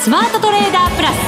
スマートトレーダープラス。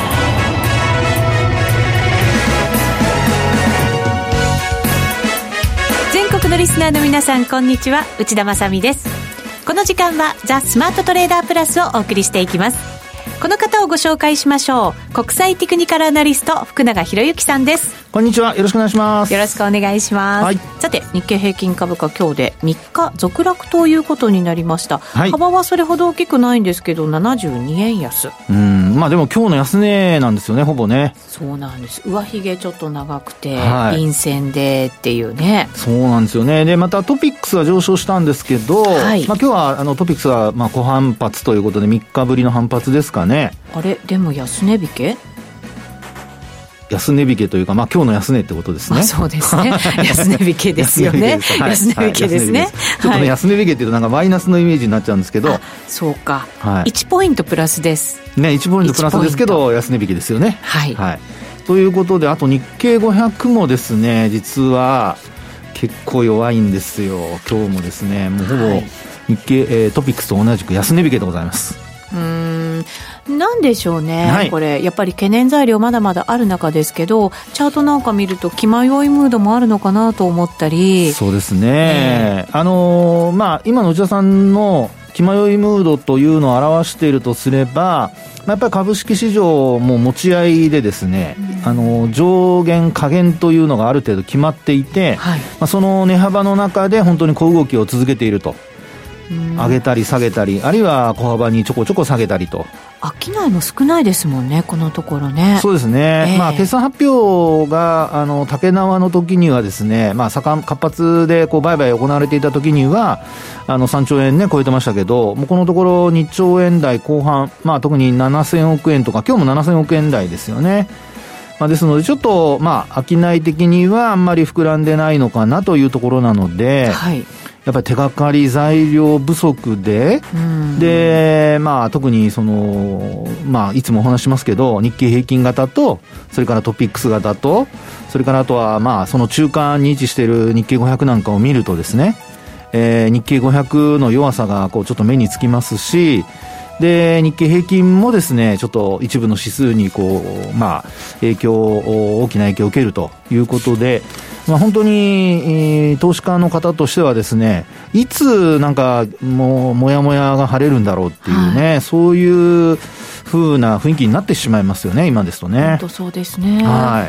全国のリスナーの皆さん、こんにちは、内田まさみです。この時間はザ・スマートトレーダープラスをお送りしていきます。この方をご紹介しましょう。国際テクニカルアナリスト、福永博之さんです。 こんにちは、よろしくお願いします。 よろしくお願いします、はい、さて、日経平均株価今日で3日続落ということになりました、はい、幅はそれほど大きくないんですけど72円安。 まあでも今日の安値なんですよね、ほぼね。 そうなんです。上髭ちょっと長くて、陰線でっていうね。 そうなんですよね。でまたトピックスは上昇したんですけど、はい、まあ、今日はトピックスはまあ小反発ということで3日ぶりの反発ですかね。 あれでも安値引け安値引けというか、まあ、今日の安値ってことですね。 まあ、そうですね。安値引けですよね。安値引けですね。 ちょっとね、安値引けっていうとなんかマイナスのイメージになっちゃうんですけど。 そうか、はい、1ポイントプラスですね。1ポイントプラスですけど安値引けですよね。 はい、はい、 ということで、あと日経500もですね、実は結構弱いんですよ。今日もですね、もうほぼ日経、トピックスと同じく安値引けでございます。 なんでしょうね、はい、これやっぱり懸念材料まだまだある中ですけど、チャートなんか見ると気迷いムードもあるのかなと思ったり。 そうですね、まあ、今の内田さんの気迷いムードというのを表しているとすれば、やっぱり株式市場も持ち合いでですね、上限下限というのがある程度決まっていて、はい、まあ、その値幅の中で本当に小動きを続けていると。上げたり下げたり、あるいは小幅にちょこちょこ下げたりと。 商いも少ないですもんね、このところね。 そうですね、まあ、決算発表が竹縄の時にはですね、まあ、活発でこう売買行われていた時には3兆円ね超えてましたけど、もうこのところ2兆円台後半、まあ、特に7000億円とか今日も7000億円台ですよね。まあ、ですのでちょっとまあ商い的にはあんまり膨らんでないのかなというところなので、はい、やっぱり手がかり材料不足で、で、まあ、特にまあ、いつもお話しますけど、日経平均型と、それからトピックス型と、それからあとは、まあ、その中間に位置している日経500なんかを見るとですね、日経500の弱さがこうちょっと目につきますし、で日経平均もですね、ちょっと一部の指数にこう、まあ、大きな影響を受けるということで、まあ、本当に、投資家の方としてはですね、いつなんかもやもやが晴れるんだろうっていうね、はい、そういう風な雰囲気になってしまいますよね、今ですとね。 本当そうですね。 はい。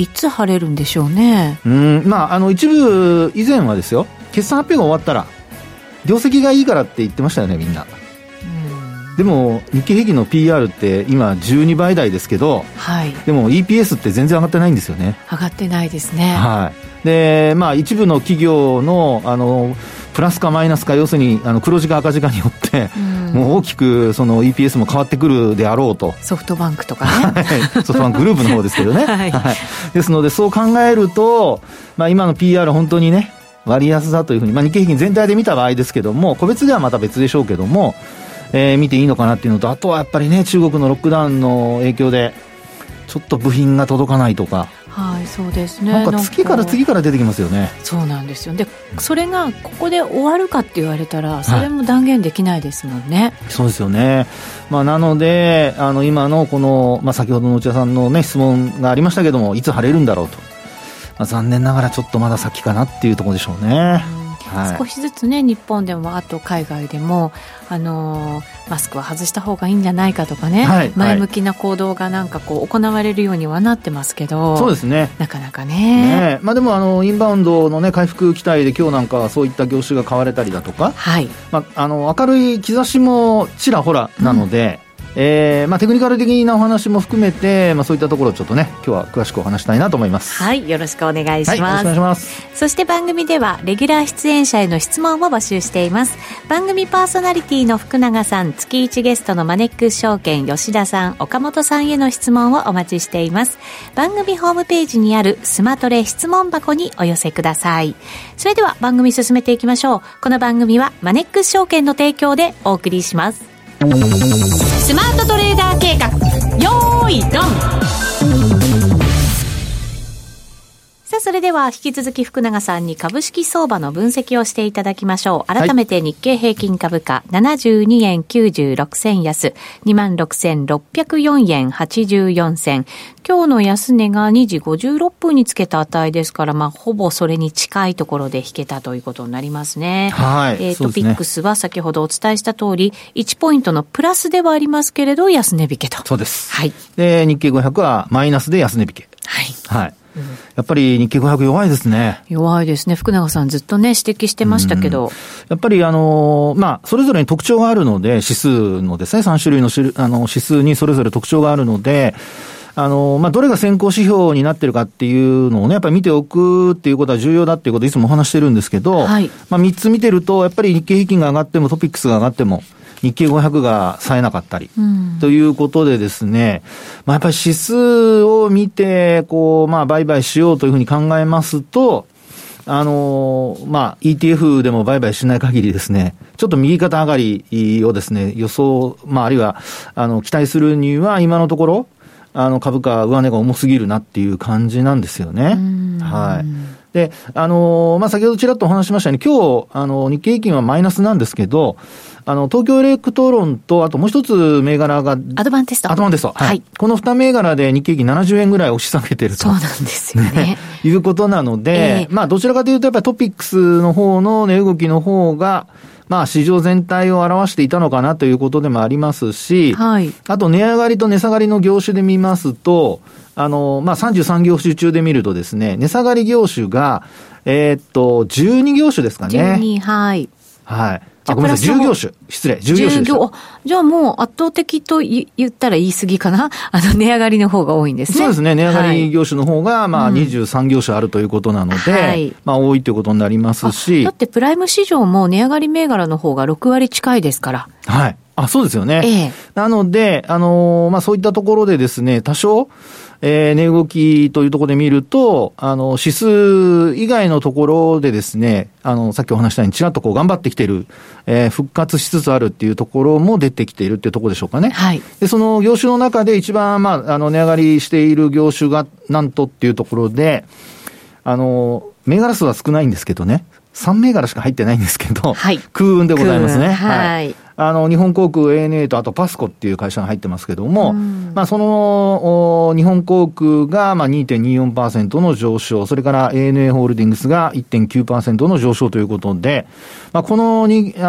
いつ晴れるんでしょうね。 まあ、一部以前はですよ、決算発表が終わったら業績がいいからって言ってましたよね、みんな。でも日経平均の PR って今12倍台ですけど、はい、でも EPS って全然上がってないんですよね。 上がってないですね。 はい。で、まあ、一部の企業のプラスかマイナスか、要するに黒字か赤字かによって、もう大きくその EPS も変わってくるであろうと。 ソフトバンクとかね、 はい、ソフトバンクグループの方ですけどね、はいはい、ですのでそう考えると、まあ、今の PR 本当にね割安だというふうに、まあ、日経平均全体で見た場合ですけども、個別ではまた別でしょうけども、見ていいのかなっていうのと、あとはやっぱりね、中国のロックダウンの影響でちょっと部品が届かないとか、 はい、そうですね。 なんか次から次から出てきますよね。 そうなんですよ。で、それがここで終わるかって言われたら、それも断言できないですもんね。はい、 そうですよね。まあ、なので今のこの、まあ、先ほどの内田さんのね質問がありましたけども、いつ晴れるんだろうと、まあ、残念ながらちょっとまだ先かなっていうところでしょうね。はい、 少しずつね、日本でもあと海外でも、マスクは外した方がいいんじゃないかとかね、はい、前向きな行動がなんかこう行われるようにはなってますけど、 そうですね、 なかなか ね、 まあ、でもインバウンドの、ね、回復期待で今日なんかはそういった業種が買われたりだとか、はい、まあ、明るい兆しもちらほらなので、まあ、テクニカル的なお話も含めて、まあ、そういったところをちょっとね今日は詳しくお話したいなと思います。 はい、よろしくお願いします。 はい、よろしくお願いします。 そして番組ではレギュラー出演者への質問を募集しています。番組パーソナリティの福永さん、月1ゲストのマネックス証券吉田さん、岡本さんへの質問をお待ちしています。番組ホームページにあるスマトレ質問箱にお寄せください。それでは番組進めていきましょう。この番組はマネックス証券の提供でお送りします。スマートトレーダー計画、よーいドン。さあ、 あそれでは引き続き福永さんに株式相場の分析をしていただきましょう。改めて日経平均株価72円96銭安 26,604 円84銭。今日の安値が2時56分につけた値ですから、ほぼそれに近いところで引けたということになりますね。 はい。 トピックスは先ほどお伝えした通り1ポイントのプラスではありますけれど安値引けと。 そうです。 はい。 で日経500はマイナスで安値引け。はい。はい。やっぱり日経500弱いですね。 弱いですね。福永さんずっとね指摘してましたけど、 やっぱりそれぞれに特徴があるので、指数のですね3種類の指数にそれぞれ特徴があるので、どれが先行指標になってるかっていうのをね、やっぱり見ておくっていうことは重要だっていうことをいつもお話してるんですけど、はい、3つ見てるとやっぱり日経平均が上がってもトピックスが上がっても日経500が冴えなかったり、ということでですね、やっぱり指数を見て売買しようというふうに考えますと、ETF でも売買しない限りですね、ちょっと右肩上がりをですね、予想、あるいは期待するには今のところ株価上値が重すぎるなっていう感じなんですよね。はい。で、先ほどちらっとお話しましたように、今日、日経平均はマイナスなんですけど、東京エレクトロンと、あともう一つ銘柄が、 アドバンテスト。 はい。この2銘柄で日経平均70円ぐらい押し下げてると。 そうなんですよね。 いうことなので、どちらかというと、やっぱりトピックスの方の値動きの方が、市場全体を表していたのかなということでもありますし、はい、あと値上がりと値下がりの業種で見ますと、33業種中で見るとですね、値下がり業種が、12業種ですかね。 12、はい。 はい。ごめんなさい、10業種。失礼、10業種でした。 じゃあもう圧倒的と言ったら言い過ぎかな。値上がりの方が多いんですね。 そうですね。値上がり業種の方が、23業種あるということなので、はい、多いということになりますし。 だってプライム市場も値上がり銘柄の方が6割近いですから。 はい。そうですよね。なので、そういったところでですね、多少、値動きというところで見ると、指数以外のところでですね、さっきお話したようにちらっと頑張ってきている、復活しつつあるっていうところも出てきているっていうところでしょうかね。はい。で、その業種の中で一番、値上がりしている業種がなんとっていうところで、銘柄数は少ないんですけどね、3銘柄しか入ってないんですけど、はい、空運でございますね。はい。日本航空 ANA とあとパスコっていう会社が入ってますけども、その日本航空が2.24% の上昇、それから ANA ホールディングスが 1.9% の上昇ということで、この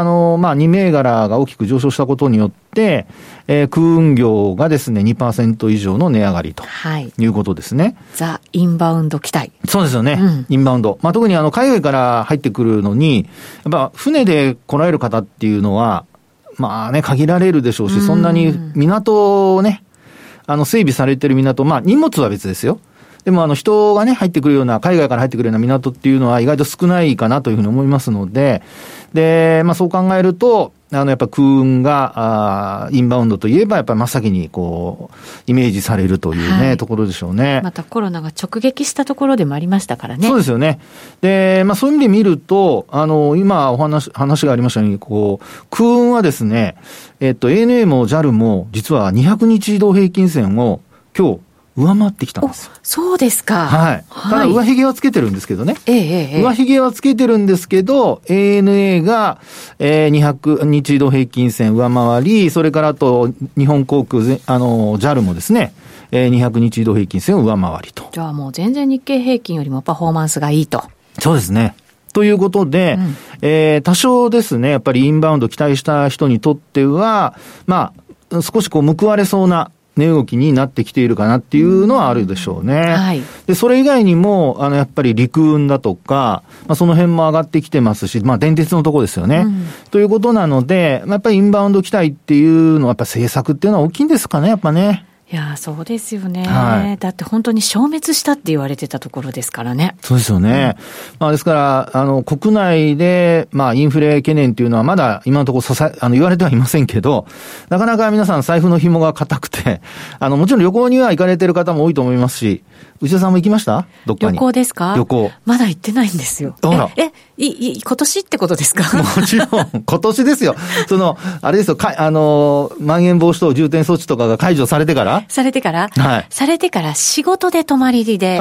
2銘柄が大きく上昇したことによって、空運業がですね 2% 以上の値上がりということですね。 ザ・インバウンド期待。 そうですよね。インバウンド。特に海外から入ってくるのに、やっぱ船で来られる方っていうのは、限られるでしょうし、そんなに港をね、整備されてる港、荷物は別ですよ。でも人がね、入ってくるような、海外から入ってくるような港っていうのは意外と少ないかなというふうに思いますので、で、そう考えると、やっぱ空運が、インバウンドといえば、やっぱり真っ先にイメージされるというね、はい、ところでしょうね。 またコロナが直撃したところでもありましたからね。 そうですよね。で、そういう意味で見ると、今話がありましたように、空運はですね、ANA も JAL も、実は200日移動平均線を今日、上回ってきたんです。 そうですか。 はい。ただ上髭はつけてるんですけどね。上髭はつけてるんですけど、ANA が、200日移動平均線上回り、それからあと日本航空、JAL もですね、200日移動平均線を上回りと。 じゃあもう全然日経平均よりもパフォーマンスがいいと。 そうですね。ということで、多少ですね、やっぱりインバウンド期待した人にとっては、少し報われそうな値動きになってきているかなっていうのはあるでしょうね。はい。で、それ以外にも、やっぱり陸運だとか、その辺も上がってきてますし、電鉄のとこですよね。ということなので、やっぱりインバウンド期待っていうのは、やっぱ政策っていうのは大きいんですかね、やっぱね。 いや、そうですよね。はい。だって本当に消滅したって言われてたところですからね。 そうですよね。ですから、国内で、インフレ懸念っていうのはまだ今のところ言われてはいませんけど、なかなか皆さん財布の紐が固くて、もちろん旅行には行かれてる方も多いと思いますし、内田さんも行きました？どっかに。 旅行ですか？ 旅行。 まだ行ってないんですよ。 あら。 今年ってことですか？ もちろん、今年ですよ。あれですよ、まん延防止等重点措置とかが解除されてから？ はい。されてから仕事で泊まりで。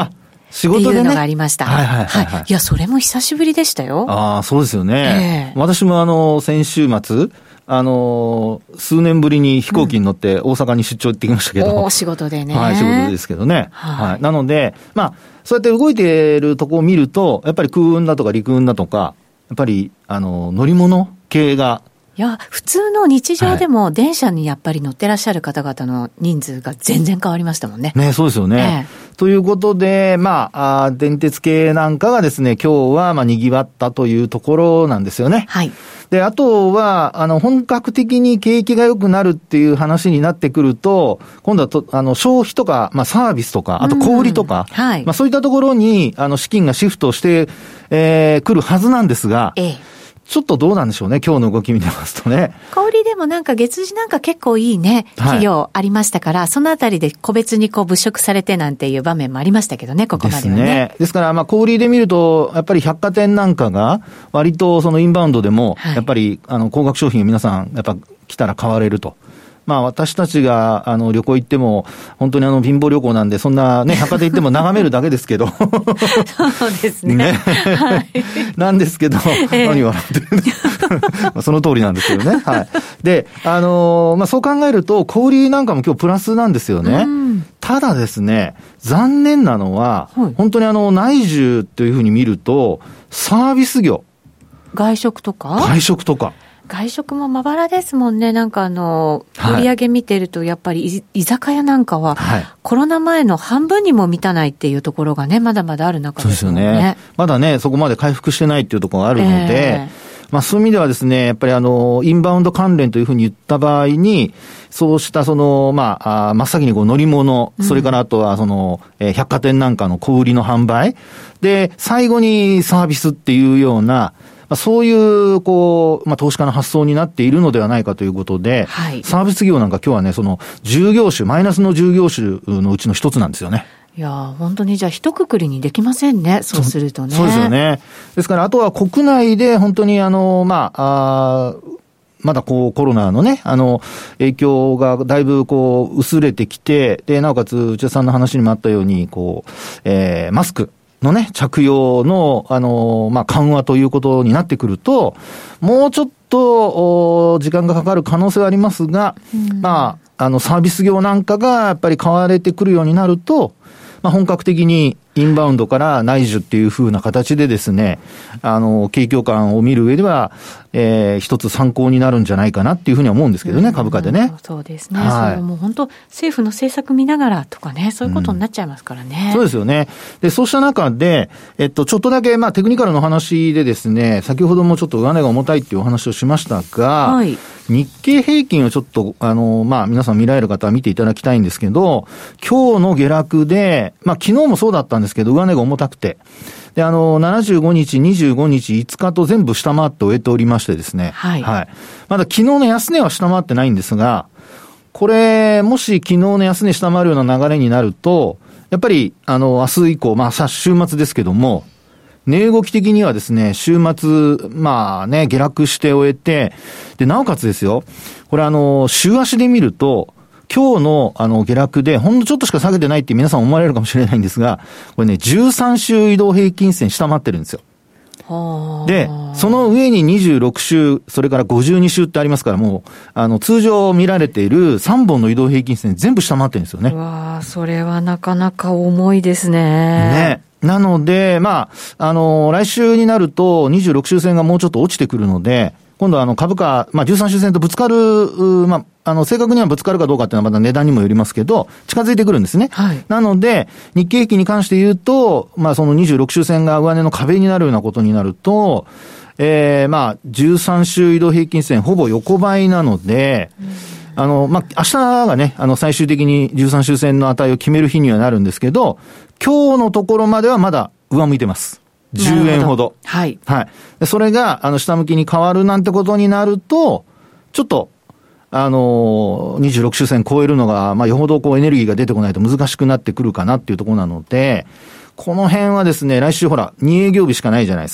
っていうのがありました。いや、それも久しぶりでしたよ。 ああ、そうですよね。私も先週末、数年ぶりに飛行機に乗って大阪に出張行ってきましたけど。 お仕事でね。 はい、仕事ですけどね。はい。なので、まあ、そうやって動いているところを見ると、やっぱり空運だとか陸運だとか、やっぱり、乗り物系が、 いや、普通の日常でも電車にやっぱり乗ってらっしゃる方々の人数が全然変わりましたもんね。 ね、そうですよね。ということで、まあ、電鉄系なんかがですね、今日はまあ賑わったというところなんですよね。 はい。 で、あとは、本格的に景気が良くなるっていう話になってくると、今度は消費とか、まあ、サービスとか、あと小売りとか、はい。まあ、そういったところに、資金がシフトして、くるはずなんですが、ちょっとどうなんでしょうね、今日の動き見てますとね。 小売りでもなんか月次なんか結構いいね、企業ありましたから、そのあたりで個別にこう物色されてなんていう場面もありましたけどね、ここまではね。ですね。 ですから、まあ小売りで見ると、やっぱり百貨店なんかが、割とそのインバウンドでも、やっぱり、高額商品を皆さん、やっぱ来たら買われると。まあ私たちが旅行行っても本当に貧乏旅行なんでそんなね百貨店行っても眺めるだけですけどそうですねはい、 なんですけど、何笑ってるんその通りなんですけどね。はい。でまあそう考えると小売りなんかも今日プラスなんですよね。ただですね、残念なのは、本当に内需というふうに見るとサービス業、 外食とか外食もまばらですもんね。なんか売り上げ見てるとやっぱり居酒屋なんかは、コロナ前の半分にも満たないっていうところがね、まだまだある中ですもんね。そうですよね。 まだね、そこまで回復してないっていうところがあるので、まあそういう意味ではですね、やっぱりインバウンド関連というふうに言った場合に、そうしたまあ、真っ先に乗り物、それからあとは百貨店なんかの小売りの販売、で、最後にサービスっていうような、そういう、まあ、投資家の発想になっているのではないかということで、サービス業なんか今日はね、10業種、マイナスの10業種のうちの一つなんですよね。 いや本当にじゃあ一括りにできませんね、そうするとね。 そうですよね。ですから、あとは国内で本当にまあ、まだコロナのね、影響がだいぶ薄れてきて、で、なおかつ内田さんの話にもあったように、マスクのね、着用の、まあ、緩和ということになってくると、もうちょっと、時間がかかる可能性はありますが、まあ、サービス業なんかがやっぱり買われてくるようになると、まあ、本格的にインバウンドから内需っていう風な形でですね、景況感を見る上では、一つ参考になるんじゃないかなっていうふうには思うんですけどね、株価でね。 そうですね。はい、そうもう本当政府の政策見ながらとかね、そういうことになっちゃいますからね。 そうですよね。で、そうした中で、ちょっとだけ、まあ、テクニカルの話でですね、先ほどもちょっと上値が重たいっていうお話をしましたが、日経平均をちょっと、まあ、皆さん見られる方は見ていただきたいんですけど、今日の下落で、まあ、昨日もそうだったんですけど、上値が重たくて、で、75日、25日、5日と全部下回って終えておりましてですね。はい。まだ昨日の安値は下回ってないんですが、これ、もし昨日の安値下回るような流れになると、やっぱり、明日以降、まあ、週末ですけども、値動き的にはですね、週末、まあね、下落して終えて、で、なおかつですよ、これ週足で見ると、今日の下落で、ほんのちょっとしか下げてないって皆さん思われるかもしれないんですが、これね、13週移動平均線下回ってるんですよ。で、その上に26週、それから52週ってありますから、もう、通常見られている3本の移動平均線全部下回ってるんですよね。 うわー、それはなかなか重いですね。 ね。なので、まあ、来週になると26週線がもうちょっと落ちてくるので、今度は株価、まあ、13週線とぶつかる、まあ、正確にはぶつかるかどうかっていうのはまた値段にもよりますけど、近づいてくるんですね。はい。なので、日経平均に関して言うと、まあ、その26週線が上値の壁になるようなことになると、まあ、13週移動平均線ほぼ横ばいなので、まあ、明日がね、最終的に13週線の値を決める日にはなるんですけど、今日のところまではまだ上向いてます。10円ほど。はい。はい。それが、下向きに変わるなんてことになると、ちょっと、26週線超えるのが、まあ、よほどエネルギーが出てこないと難しくなってくるかなっていうところなので、この辺はですね、来週ほら、2営業日しかないじゃないですか。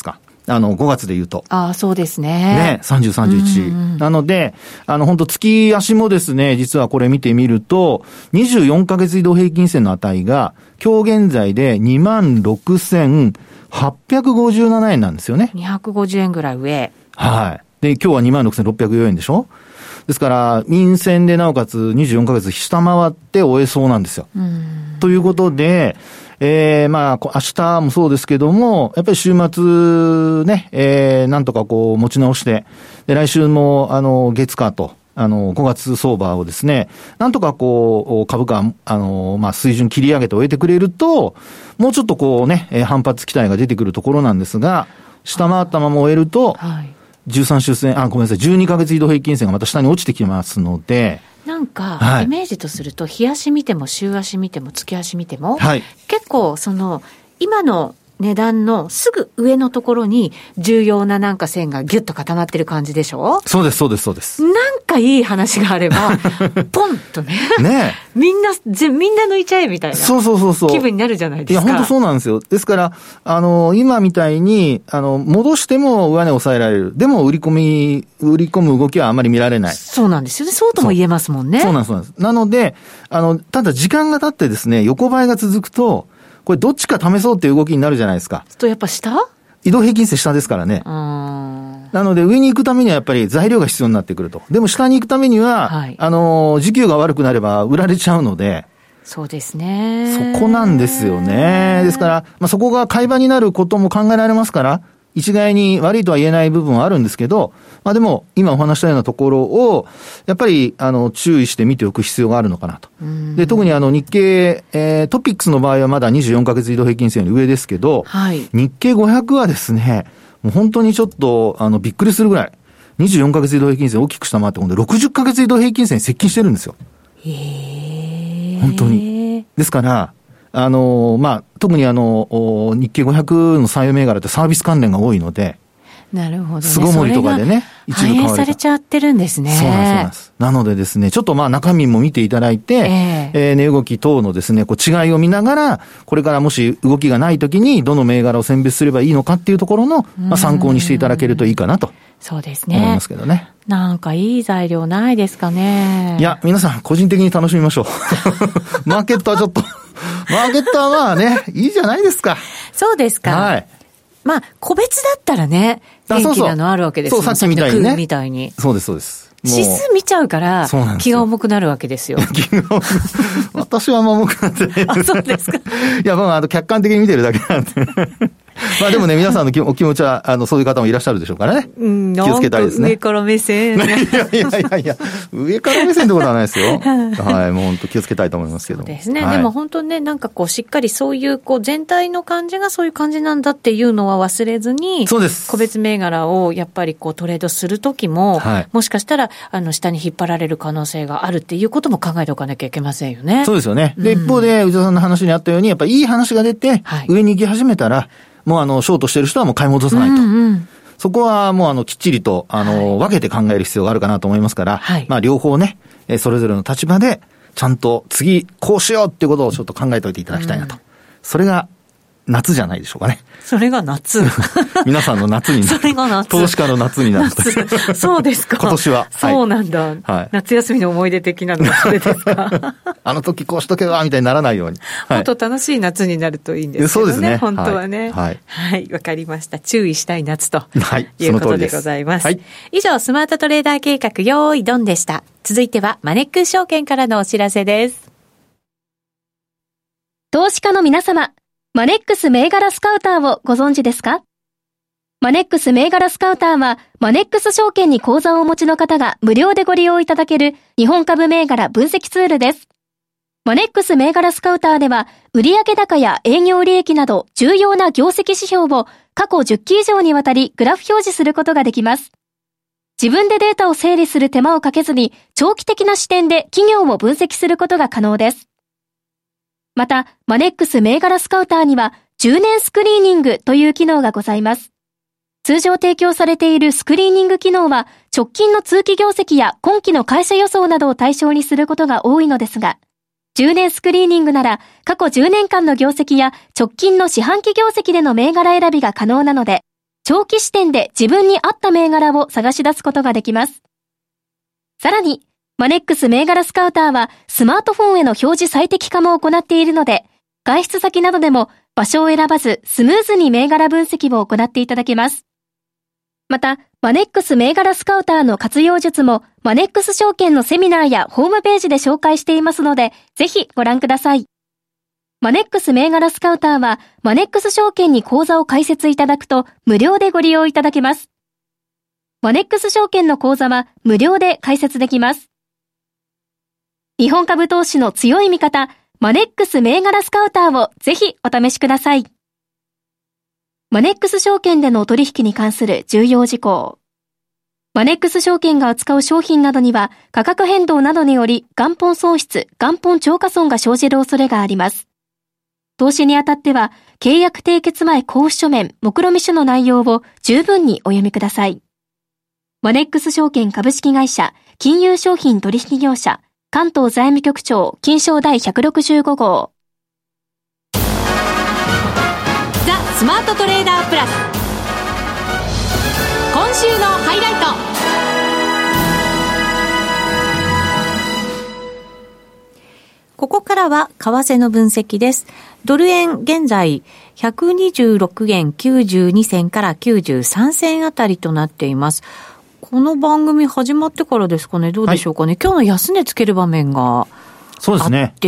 5月で言うと。 そうですね。 ね、30、31。なので、本当月足もですね、実はこれ見てみると、24ヶ月移動平均線の値が、今日現在で26,857円なんですよね。 250円ぐらい上。 はい。で、今日は26,604円でしょ。ですから、陰線でなおかつ24ヶ月下回って終えそうなんですよ。ということで、明日もそうですけども、やっぱり週末ね、なんとかこう持ち直して、で、来週も、月火と、5月相場をですね、なんとかこう、株価、水準切り上げて終えてくれると、もうちょっとこうね、反発期待が出てくるところなんですが、下回ったまま終えると、13週線、ごめんなさい、12ヶ月移動平均線がまた下に落ちてきますので、 なんか、イメージとすると、日足見ても、週足見ても、月足見ても、結構、今の値段のすぐ上のところに、重要ななんか線がギュッと固まってる感じでしょ？ そうです、そうです、そうです。 なんかいい話があれば、ポンとね。ねみんな抜いちゃえみたいな。そう。気分になるじゃないですか。 いや、本当そうなんですよ。ですから、今みたいに、戻しても上値抑えられる。でも売り込む動きはあまり見られない。 そうなんですよね。そうとも言えますもんね。 そうなんです。なので、ただ時間が経ってですね、横ばいが続くと、これどっちか試そうっていう動きになるじゃないですか。 やっぱ下？ 移動平均線下ですからね。なので上に行くためにはやっぱり材料が必要になってくると。でも下に行くためには、時給が悪くなれば売られちゃうので。 そうですね。 そこなんですよね。ですから、そこが買い場になることも考えられますから、一概に悪いとは言えない部分はあるんですけど、でも今お話したようなところをやっぱり注意して見ておく必要があるのかなと。で、特に日経、トピックスの場合はまだ24ヶ月移動平均線より上ですけど、日経500はですね、もう本当にちょっとびっくりするぐらい24ヶ月移動平均線大きく下回って今度60ヶ月移動平均線に接近してるんですよ。本当に。ですから。特に日経500の採用銘柄ってサービス関連が多いので、 なるほどね。 巣ごもりとかでね、 反映されちゃってるんですね。 そうなんです。なのでですね、ちょっと中身も見ていただいて、値動き等のですね、違いを見ながら、これからもし動きがないときに、どの銘柄を選別すればいいのかっていうところの、参考にしていただけるといいかなと。 そうですね。 思いますけどね。 なんかいい材料ないですかね。 いや、皆さん個人的に楽しみましょう。マーケットはちょっと、マーケットはいいじゃないですか。 そうですか。はい。個別だったらね、元気なのあるわけですよ。 そう、さっきみたいにね。 みたいに。 そうです、そうです。 指数見ちゃうから、気が重くなるわけですよ。 私は重くなってないです。 そうですか。 いや、客観的に見てるだけなんで。でもね、皆さんのお気持ちは、そういう方もいらっしゃるでしょうからね。気をつけたいですね。 上から目線。 いや、上から目線ってことはないですよ。はい、もう本当気をつけたいと思いますけど。 そうですね。でも本当ね、なんかしっかりそういう、全体の感じがそういう感じなんだっていうのは忘れずに、 そうです。 個別銘柄をやっぱりトレードするときも、もしかしたら、下に引っ張られる可能性があるっていうことも考えておかなきゃいけませんよね。 そうですよね。で、一方で、宇田さんの話にあったように、やっぱりいい話が出て、上に行き始めたら、もうショートしてる人はもう買い戻さないと。そこはもうきっちりと、分けて考える必要があるかなと思いますから、両方ね、それぞれの立場で、ちゃんと次、こうしようっていうことをちょっと考えておいていただきたいなと。それが、夏じゃないでしょうかね。 それが夏。 皆さんの夏になる。 それが夏。 投資家の夏になる。 そうですか。 今年は。 そうなんだ。夏休みの思い出的なのはそれですか。 あの時こうしとけばみたいにならないように。 本当楽しい夏になるといいんですけどね。そうですね。本当はね。はい。わかりました。注意したい夏ということでございます。以上、スマートトレーダー計画用意ドンでした。続いてはマネックス証券からのお知らせです。 投資家の皆様。マネックス銘柄スカウターをご存知ですか？マネックス銘柄スカウターは、マネックス証券に口座をお持ちの方が無料でご利用いただける日本株銘柄分析ツールです。マネックス銘柄スカウターでは、売上高や営業利益など重要な業績指標を過去10期以上にわたりグラフ表示することができます。自分でデータを整理する手間をかけずに、長期的な視点で企業を分析することが可能です。また、マネックス銘柄スカウターには、10年スクリーニングという機能がございます。通常提供されているスクリーニング機能は、直近の通期業績や今期の会社予想などを対象にすることが多いのですが、10年スクリーニングなら、過去10年間の業績や直近の四半期業績での銘柄選びが可能なので、 長期視点で自分に合った銘柄を探し出すことができます。さらに、マネックス銘柄スカウターはスマートフォンへの表示最適化も行っているので、外出先などでも場所を選ばずスムーズに銘柄分析を行っていただけます。また、マネックス銘柄スカウターの活用術もマネックス証券のセミナーやホームページで紹介していますので、ぜひご覧ください。マネックス銘柄スカウターはマネックス証券に口座を開設いただくと無料でご利用いただけます。マネックス証券の口座は無料で開設できます。日本株投資の強い味方、マネックス銘柄スカウターをぜひお試しください。マネックス証券での取引に関する重要事項。マネックス証券が扱う商品などには価格変動などにより元本損失、元本超過損が生じる恐れがあります。投資にあたっては契約締結前交付書面、目論見書の内容を十分にお読みください。マネックス証券株式会社、金融商品取引業者、関東財務局長、金商第165号。 ザ・スマートトレーダープラス。今週のハイライト。ここからは為替の分析です。ドル円現在126円92銭から93銭あたりとなっています。この番組始まってからですかね、どうでしょうかね、はい、今日の安値つける場面があって、 そうですね、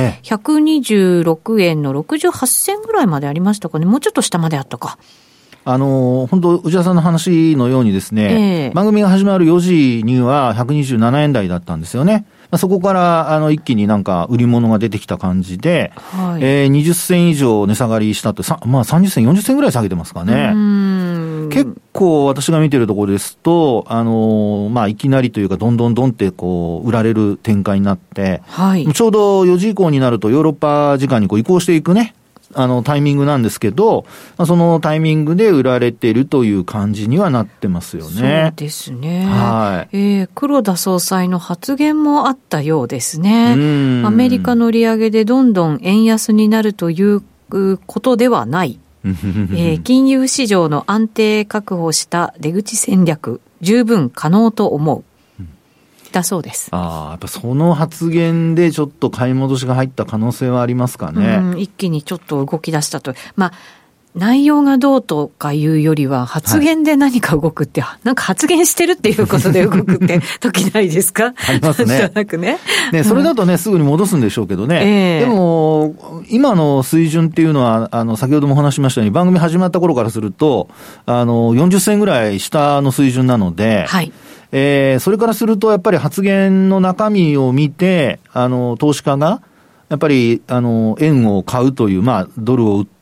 126円の68銭ぐらいまでありましたかね、もうちょっと下まであったか。 本当内田さんの話のようにですね、番組が始まる4時には127円台だったんですよね。そこから一気になんか売り物が出てきた感じで、はい20銭以上値下がりしたって、30銭40銭ぐらい下げてますかね。結構私が見てるところですといきなりというかどんどんってこう売られる展開になって、はい、ちょうど4時以降になるとヨーロッパ時間にこう移行していくねタイミングなんですけど、そのタイミングで売られているという感じにはなってますよね。 そうですね。はい。黒田総裁の発言もあったようですね。アメリカの利上げでどんどん円安になるということではない。金融市場の安定確保した出口戦略、十分可能と思う。だそうです。 やっぱその発言でちょっと買い戻しが入った可能性はありますかね。 一気にちょっと動き出したと。内容がどうとかいうよりは発言で何か動くって、なんか発言してるっていうことで動くって時ないですか？ ありますね。 なくね。 それだとね、すぐに戻すんでしょうけどね。でも、今の水準っていうのは、先ほども話しましたように、番組始まった頃からすると、40銭ぐらい下の水準なので、はい。それからすると、やっぱり発言の中身を見て、投資家が、やっぱり、円を買うという、ドルを売って、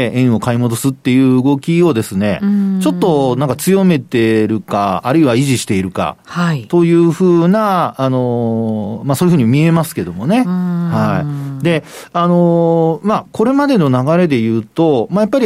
円を買い戻すっていう動きをですね、ちょっとなんか強めてるか、あるいは維持しているか、はい、というふうな、そういうふうに見えますけどもね。はい。で、これまでの流れで言うと、やっぱり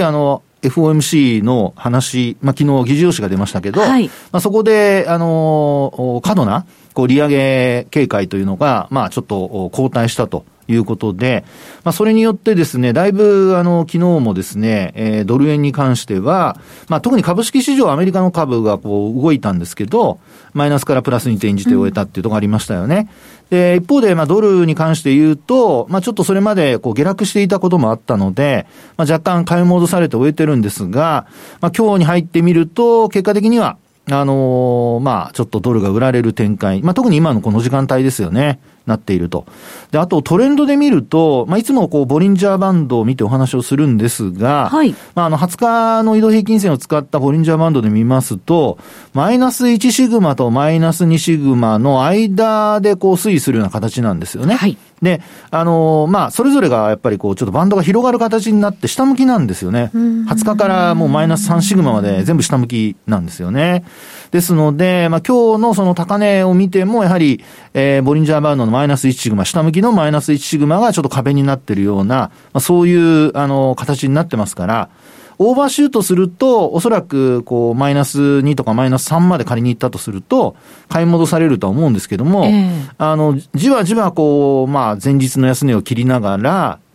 FOMC の話、昨日議事要旨が出ましたけど、はい、そこで、過度な、利上げ警戒というのが、ちょっと後退したということで、それによってですね、だいぶ、昨日もですね、ドル円に関しては、特に株式市場アメリカの株が動いたんですけど、マイナスからプラスに転じて終えたっていうところがありましたよね。で、一方で、ドルに関して言うと、ちょっとそれまで下落していたこともあったので、若干買い戻されて終えてるんですが、今日に入ってみると、結果的には、ちょっとドルが売られる展開。特に今のこの時間帯ですよね。なっていると。で、あとトレンドで見ると、いつもボリンジャーバンドを見てお話をするんですが、はい。20日の移動平均線を使ったボリンジャーバンドで見ますと、マイナス1シグマとマイナス2シグマの間で推移するような形なんですよね。はい。で、それぞれがやっぱりちょっとバンドが広がる形になって下向きなんですよね。20日からもうマイナス3シグマまで全部下向きなんですよね。ですので、今日のその高値を見ても、やはり、ボリンジャーバンドのマイナス1シグマ、下向きのマイナス1シグマがちょっと壁になっているような、そういう、形になってますから、オーバーシュートすると、おそらく、マイナス2とかマイナス3まで仮に行ったとすると、買い戻されるとは思うんですけども、じわじわ前日の安値を切りながら、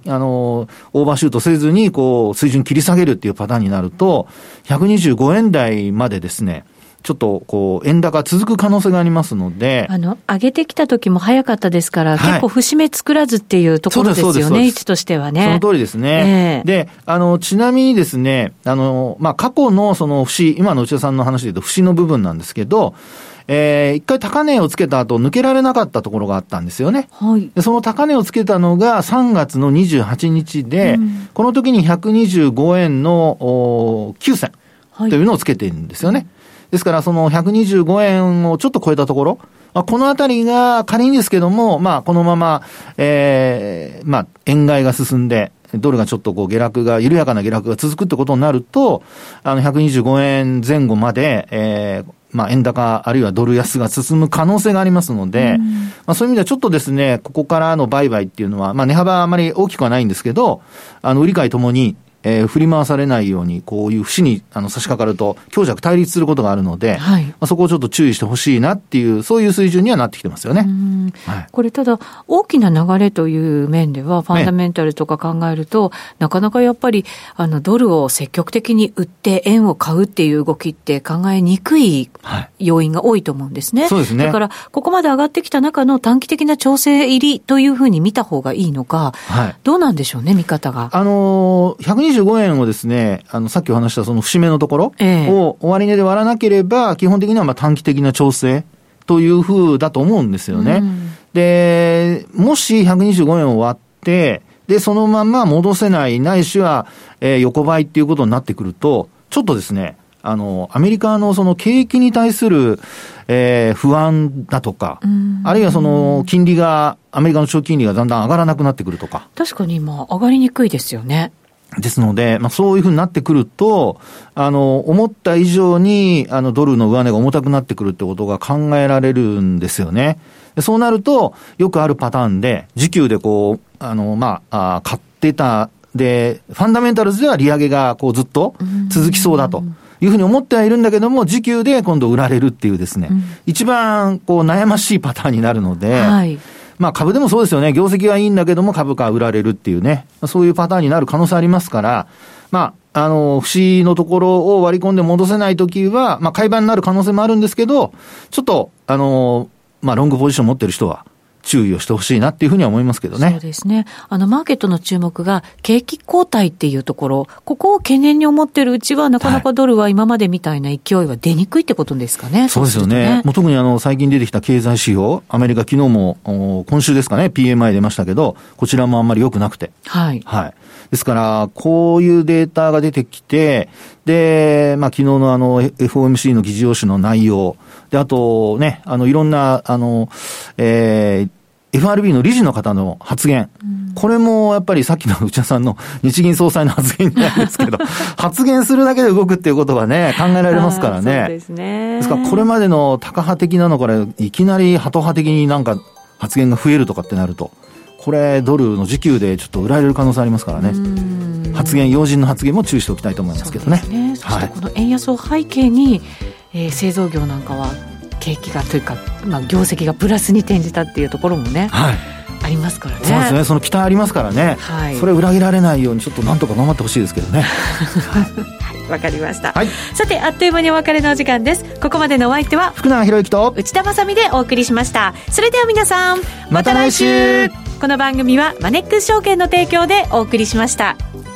オーバーシュートせずに、水準切り下げるっていうパターンになると、125円台までですね、ちょっと円高続く可能性がありますので、 上げてきた時も早かったですから、結構節目作らずっていうところですよね、位置としてはね。 その通りですね。で、ちなみにですね、過去のその節、今の内田さんの話で言うと節の部分なんですけど、一回高値をつけた後抜けられなかったところがあったんですよね。はい。で、その高値をつけたのが3月の28日で、この時に125円の9銭というのをつけているんですよね。ですから、その125円をちょっと超えたところ、このあたりが仮にですけども、このまま、円買いが進んで、ドルがちょっと下落が、緩やかな下落が続くってことになると、125円前後まで、円高あるいはドル安が進む可能性がありますので、そういう意味ではちょっとですね、ここからの売買っていうのは、値幅はあまり大きくはないんですけど、売り買いともに、振り回されないように、こういう節に差し掛かると強弱対立することがあるので、はい、そこをちょっと注意してほしいなっていう、そういう水準にはなってきてますよね。 はい、これただ大きな流れという面ではファンダメンタルとか考えると、なかなかやっぱりドルを積極的に売って円を買うっていう動きって考えにくい要因が多いと思うんですね。 そうですね。 だからここまで上がってきた中の短期的な調整入りというふうに見た方がいいのか、はい、どうなんでしょうね、見方が。 125円をですね、さっきお話したその節目のところを終値で割らなければ、基本的には短期的な調整という風だと思うんですよね。で、もし125円を割って、で、そのまま戻せない、ないしは、横ばいっていうことになってくると、ちょっとですね、アメリカのその景気に対する、不安だとか、あるいはその金利が、アメリカの長期金利がだんだん上がらなくなってくるとか。 確かに今上がりにくいですよね。 ですので、そういうふうになってくると、思った以上に、ドルの上値が重たくなってくるってことが考えられるんですよね。そうなると、よくあるパターンで、時給で買ってた、で、ファンダメンタルズでは利上げがずっと続きそうだというふうに思ってはいるんだけども、時給で今度売られるっていうですね、一番悩ましいパターンになるので、はい、株でもそうですよね。業績はいいんだけども株価は売られるっていうね。そういうパターンになる可能性ありますから、節のところを割り込んで戻せないときは、買い場になる可能性もあるんですけど、ちょっと、ロングポジション持ってる人は、注意をしてほしいなっていうふうには思いますけどね。 そうですね。マーケットの注目が景気後退っていうところ、ここを懸念に思ってるうちはなかなかドルは今までみたいな勢いは出にくいってことですかね。 そうですよね。もう特に最近出てきた経済指標、アメリカ昨日も今週ですかね、PMI 出ましたけど、こちらもあんまり良くなくて。はい。はい。ですから、こういうデータが出てきて、で、昨日のFOMC の議事要旨の内容、で、あとね、いろんな、FRB の理事の方の発言、これもやっぱりさっきの内田さんの日銀総裁の発言なんですけど、発言するだけで動くっていうことがね、考えられますからね。 そうですね。 ですからこれまでのタカ派的なのからいきなりハト派的になんか発言が増えるとかってなると、これドルの時給でちょっと売られる可能性ありますからね。発言、要人の発言も注意しておきたいと思いますけどね。 そうですね。そしてこの円安を背景に、製造業なんかは景気がというか、業績がプラスに転じたっていうところもね、はい、ありますからね。 そうですね。その期待ありますからね、はい、それ裏切られないようにちょっとなんとか頑張ってほしいですけどね。 わかりました、はい、さてあっという間にお別れのお時間です。ここまでのお相手は福永博之と内田まさみでお送りしました。それでは皆さんまた来週。 この番組はマネックス証券の提供でお送りしました。